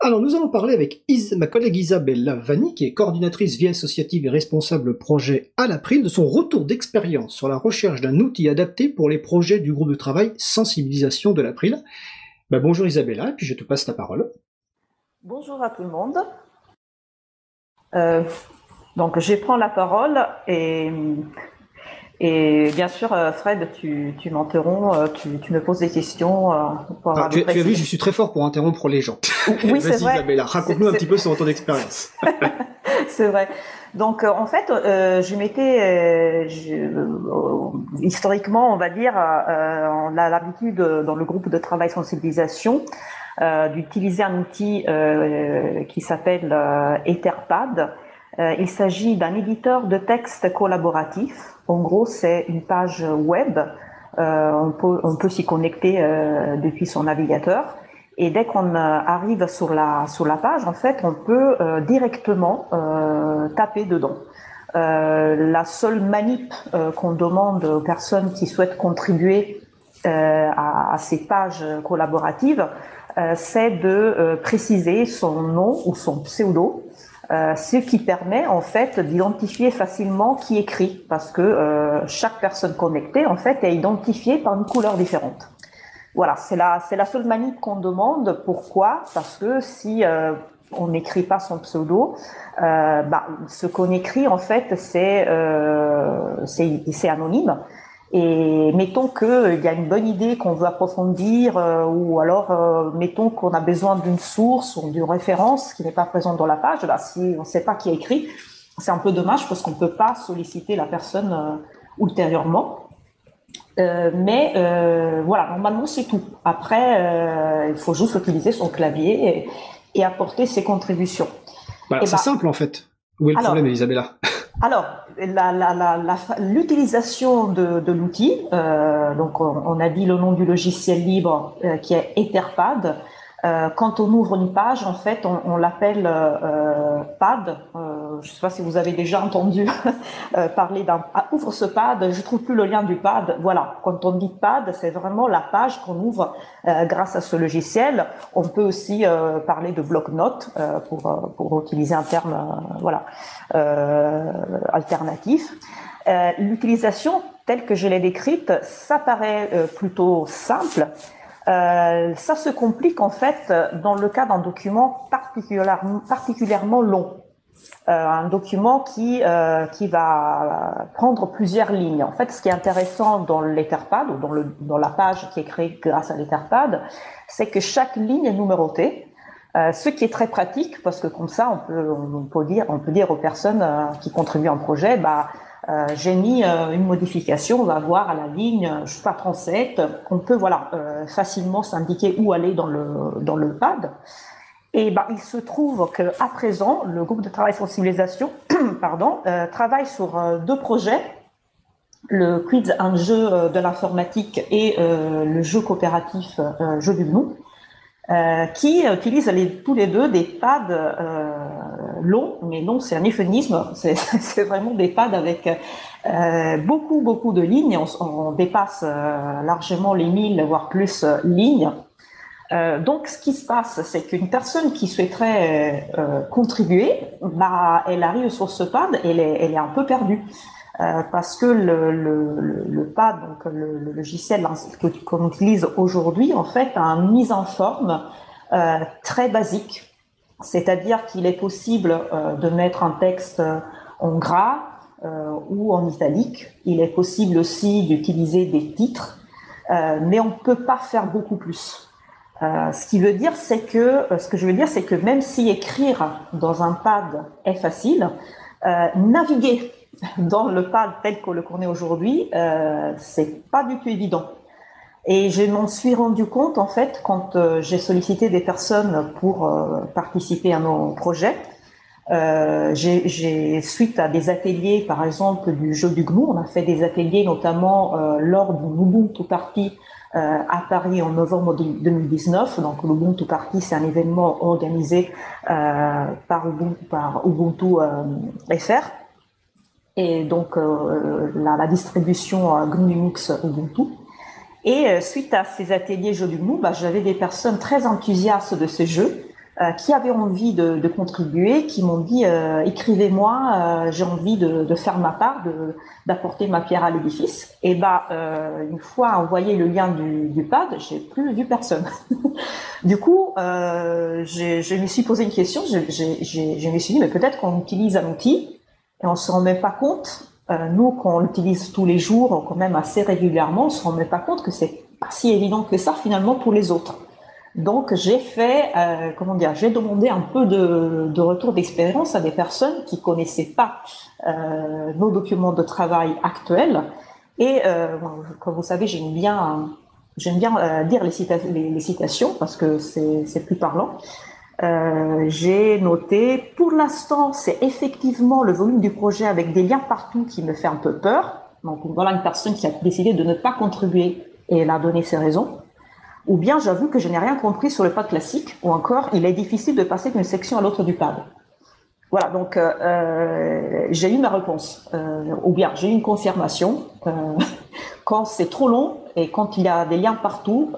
Alors, nous allons parler avec ma collègue Isabelle Vanni, qui est coordinatrice vie associative et responsable projet à l'April, de son retour d'expérience sur la recherche d'un outil adapté pour les projets du groupe de travail sensibilisation de l'April. Bonjour Isabella, et puis je te passe la parole. Bonjour à tout le monde. Donc, je prends la parole et bien sûr, Fred, tu m'interromps, tu me poses des questions. Tu as vu, je suis très fort pour interrompre les gens. Oui, c'est vrai. Isabella, raconte-nous un petit peu sur ton expérience. C'est vrai. Donc, en fait, historiquement, on va dire, on a l'habitude dans le groupe de travail sensibilisation d'utiliser un outil qui s'appelle Etherpad. Il s'agit d'un éditeur de texte collaboratif. En gros, c'est une page web. On peut s'y connecter depuis son navigateur. Et dès qu'on arrive sur la page, en fait, on peut directement taper dedans. La seule manip qu'on demande aux personnes qui souhaitent contribuer à ces pages collaboratives, c'est de préciser son nom ou son pseudo, ce qui permet en fait d'identifier facilement qui écrit, parce que chaque personne connectée en fait est identifiée par une couleur différente. Voilà, c'est la seule manip qu'on demande. Pourquoi ? Parce que si on n'écrit pas son pseudo, ce qu'on écrit en fait c'est anonyme. Et mettons qu'il y a une bonne idée qu'on veut approfondir, ou alors mettons qu'on a besoin d'une source ou d'une référence qui n'est pas présente dans la page. Si on ne sait pas qui a écrit, c'est un peu dommage parce qu'on ne peut pas solliciter la personne ultérieurement. Mais voilà, normalement c'est tout. Après, il faut juste utiliser son clavier et apporter ses contributions. C'est simple en fait. Où est le problème, Isabella ? Alors, l'utilisation de l'outil, donc on a dit le nom du logiciel libre qui est Etherpad. Quand on ouvre une page, en fait, on l'appelle pad. Je ne sais pas si vous avez déjà entendu parler d'un ouvre ce pad. Je trouve plus le lien du pad. Voilà, quand on dit pad, c'est vraiment la page qu'on ouvre grâce à ce logiciel. On peut aussi parler de bloc-notes pour utiliser un terme alternatif. L'utilisation telle que je l'ai décrite, ça paraît plutôt simple. Ça se complique en fait dans le cas d'un document particulièrement long, un document qui va prendre plusieurs lignes. En fait, ce qui est intéressant dans l'Etherpad ou dans la page qui est créée grâce à l'Etherpad, c'est que chaque ligne est numérotée. Ce qui est très pratique parce que comme ça on peut dire aux personnes qui contribuent à un projet, j'ai mis une modification, on va voir à la ligne, 37, on peut facilement s'indiquer où aller dans le pad. Et il se trouve que à présent, le groupe de travail sensibilisation travaille sur deux projets, le quiz un jeu de l'informatique et le jeu coopératif Jeu du Gnou, qui utilisent tous les deux des pads longs, mais non, c'est un euphémisme, c'est vraiment des pads avec beaucoup de lignes. On dépasse largement les 1000 voire plus lignes. Donc, ce qui se passe, c'est qu'une personne qui souhaiterait contribuer, elle arrive sur ce pad et elle est un peu perdue. Parce que le pad, donc le logiciel qu'on utilise aujourd'hui, en fait, a une mise en forme très basique. C'est-à-dire qu'il est possible de mettre un texte en gras ou en italique. Il est possible aussi d'utiliser des titres, mais on ne peut pas faire beaucoup plus. Ce que je veux dire, c'est que même si écrire dans un pad est facile, naviguer dans le pad tel qu'on le connaît aujourd'hui, c'est pas du tout évident. Et je m'en suis rendu compte en fait quand j'ai sollicité des personnes pour participer à nos projets. Suite à des ateliers, par exemple du jeu du Gnou, on a fait des ateliers notamment lors du Ubuntu Party à Paris en novembre 2019. Donc l'Ubuntu Party, c'est un événement organisé par Ubuntu FR. Et donc la distribution GNU Linux Ubuntu. Et suite à ces ateliers Jeux du Gnou, j'avais des personnes très enthousiastes de ces jeux qui avaient envie de contribuer, qui m'ont dit écrivez-moi, j'ai envie de faire ma part, d'apporter ma pierre à l'édifice. Et une fois envoyé le lien du pad, j'ai plus vu personne. Du coup, je me suis posé une question. Je me suis dit mais peut-être qu'on utilise un outil et on se rend même pas compte. Nous, qu'on l'utilise tous les jours, quand même assez régulièrement, on se rend même pas compte que c'est pas si évident que ça finalement pour les autres. Donc, j'ai demandé un peu de retour d'expérience à des personnes qui connaissaient pas nos documents de travail actuels. Et comme vous savez, j'aime bien dire les citations parce que c'est plus parlant. J'ai noté, pour l'instant, c'est effectivement le volume du projet avec des liens partout qui me fait un peu peur. Donc voilà une personne qui a décidé de ne pas contribuer et elle a donné ses raisons. Ou bien j'avoue que je n'ai rien compris sur le pad classique, ou encore il est difficile de passer d'une section à l'autre du pad. Voilà, donc j'ai eu ma réponse, ou bien j'ai eu une confirmation. Quand c'est trop long et quand il y a des liens partout,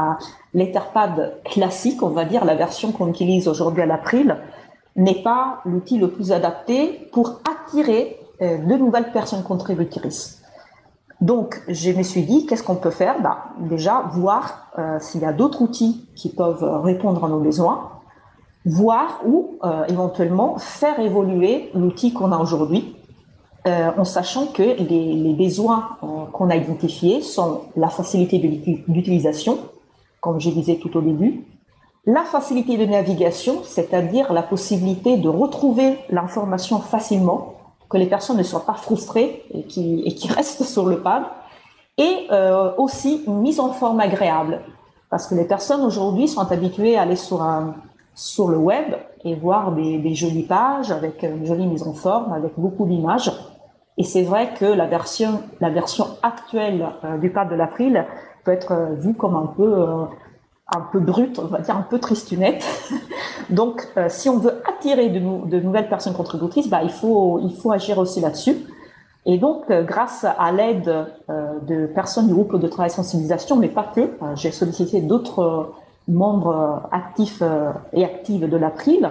l'Etherpad classique, on va dire la version qu'on utilise aujourd'hui à l'April, n'est pas l'outil le plus adapté pour attirer de nouvelles personnes contributrices. Donc, je me suis dit, qu'est-ce qu'on peut faire? Déjà, voir s'il y a d'autres outils qui peuvent répondre à nos besoins, voir ou éventuellement faire évoluer l'outil qu'on a aujourd'hui, en sachant que les besoins qu'on a identifiés sont la facilité d'utilisation, comme je disais tout au début, la facilité de navigation, c'est-à-dire la possibilité de retrouver l'information facilement, que les personnes ne soient pas frustrées et qui restent sur le pad, et aussi une mise en forme agréable, parce que les personnes aujourd'hui sont habituées à aller sur le web et voir des jolies pages avec une jolie mise en forme, avec beaucoup d'images. Et c'est vrai que la version actuelle du pad de l'April peut être vue comme un peu brute, on va dire un peu tristounette. Donc, si on veut attirer de nouvelles personnes contributrices, il faut agir aussi là-dessus. Et donc, grâce à l'aide de personnes du groupe de travail sensibilisation, mais pas que, j'ai sollicité d'autres membres actifs et actives de l'April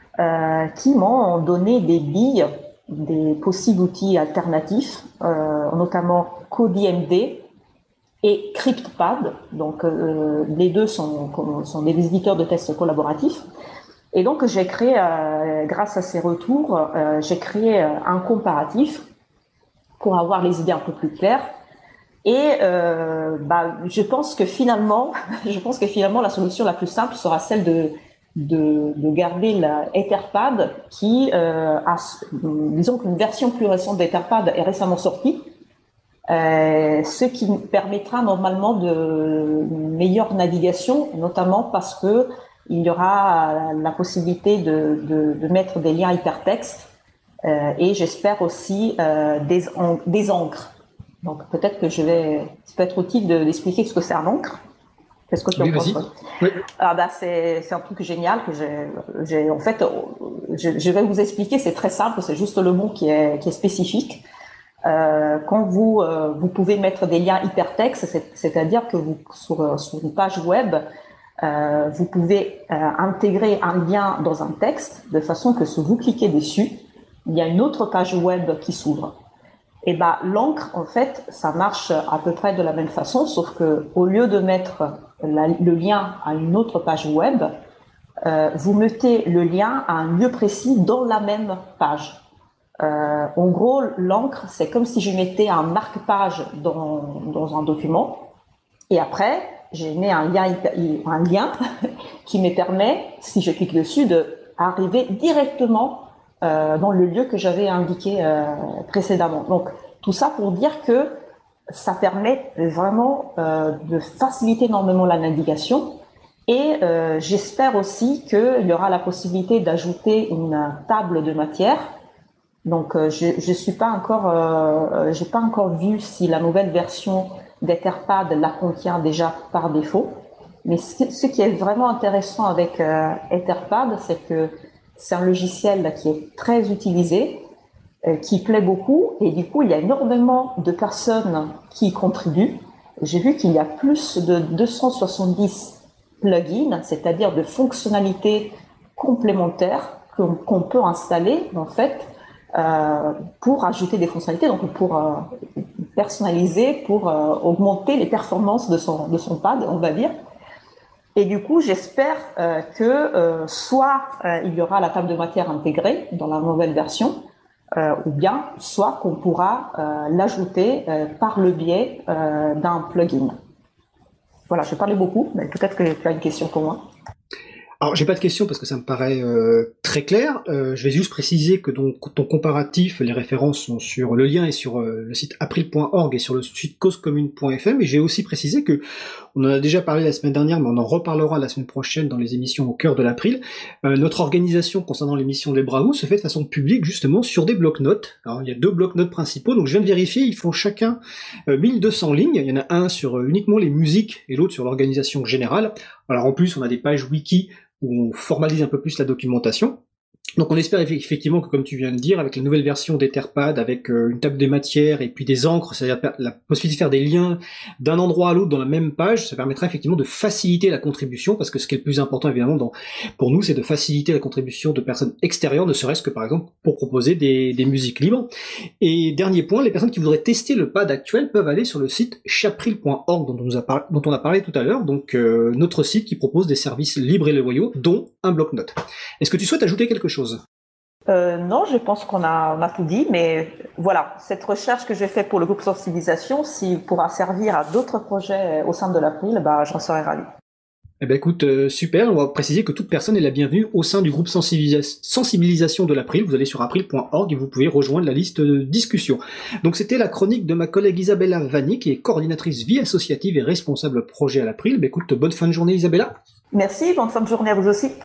qui m'ont donné des billes, des possibles outils alternatifs, notamment CodeIMD et CryptPad. Donc, les deux sont des éditeurs de tests collaboratifs. Et donc, j'ai créé, grâce à ces retours, j'ai créé un comparatif pour avoir les idées un peu plus claires. Et je pense que finalement, la solution la plus simple sera celle de garder la Etherpad qui disons qu'une version plus récente d'Etherpad est récemment sortie, ce qui permettra normalement de meilleure navigation, notamment parce que il y aura la possibilité de mettre des liens hypertextes et j'espère aussi des encres. Donc peut-être que ça peut être utile d'expliquer ce que c'est un encre. Qu'est-ce que tu en penses? Oui. C'est un truc génial que en fait, je vais vous expliquer, c'est très simple, c'est juste le mot qui est spécifique. Quand vous pouvez mettre des liens hypertextes, c'est-à-dire que sur une page web, vous pouvez intégrer un lien dans un texte de façon que si vous cliquez dessus, il y a une autre page web qui s'ouvre. Et l'encre, en fait, ça marche à peu près de la même façon, sauf que au lieu de mettre le lien à une autre page web, vous mettez le lien à un lieu précis dans la même page. En gros, l'encre, c'est comme si je mettais un marque-page dans un document, et après, j'ai mis un lien qui me permet, si je clique dessus, d'arriver directement dans le lieu que j'avais indiqué précédemment. Donc, tout ça pour dire que ça permet vraiment de faciliter énormément la navigation. Et j'espère aussi qu'il y aura la possibilité d'ajouter une table de matière. Donc, j'ai pas encore vu si la nouvelle version d'Etherpad la contient déjà par défaut. Mais ce qui est vraiment intéressant avec Etherpad, c'est que c'est un logiciel qui est très utilisé, qui plaît beaucoup, et du coup, il y a énormément de personnes qui y contribuent. J'ai vu qu'il y a plus de 270 plugins, c'est-à-dire de fonctionnalités complémentaires qu'on peut installer en fait pour ajouter des fonctionnalités, donc pour personnaliser, pour augmenter les performances de son pad, on va dire. Et du coup, j'espère que soit il y aura la table de matière intégrée dans la nouvelle version, ou bien soit qu'on pourra l'ajouter par le biais d'un plugin. Voilà, je parlais beaucoup, mais peut-être que tu as une question pour moi. Alors, j'ai pas de question parce que ça me paraît très clair. Je vais juste préciser que donc ton comparatif, les références sont sur le lien est sur le site april.org et sur le site causecommune.fm. Et j'ai aussi précisé que on en a déjà parlé la semaine dernière, mais on en reparlera la semaine prochaine dans les émissions au cœur de l'April. Notre organisation concernant l'émission des Bravo se fait de façon publique justement sur des blocs-notes. Alors, il y a 2 blocs-notes principaux, donc je viens de vérifier, ils font chacun 1200 lignes. Il y en a un sur uniquement les musiques et l'autre sur l'organisation générale. Alors en plus, on a des pages wiki où on formalise un peu plus la documentation. Donc on espère effectivement que, comme tu viens de dire, avec la nouvelle version d'Etherpad, avec une table des matières et puis des encres, c'est-à-dire la possibilité de faire des liens d'un endroit à l'autre dans la même page, ça permettra effectivement de faciliter la contribution, parce que ce qui est le plus important évidemment pour nous, c'est de faciliter la contribution de personnes extérieures, ne serait-ce que par exemple pour proposer des musiques libres. Et dernier point, les personnes qui voudraient tester le pad actuel peuvent aller sur le site chapril.org dont on a parlé tout à l'heure, donc notre site qui propose des services libres et loyaux, dont un bloc-notes. Est-ce que tu souhaites ajouter quelque chose ? Non, je pense qu'on a tout dit, mais voilà, cette recherche que j'ai faite pour le groupe sensibilisation, s'il pourra servir à d'autres projets au sein de l'April, j'en serais ravi. Eh ben écoute, super, on va préciser que toute personne est la bienvenue au sein du groupe sensibilisation de l'April. Vous allez sur april.org et vous pouvez rejoindre la liste de discussion. Donc c'était la chronique de ma collègue Isabella Vanni, qui est coordinatrice vie associative et responsable projet à l'April. Ben écoute, bonne fin de journée Isabella. Merci, bonne fin de journée à vous aussi.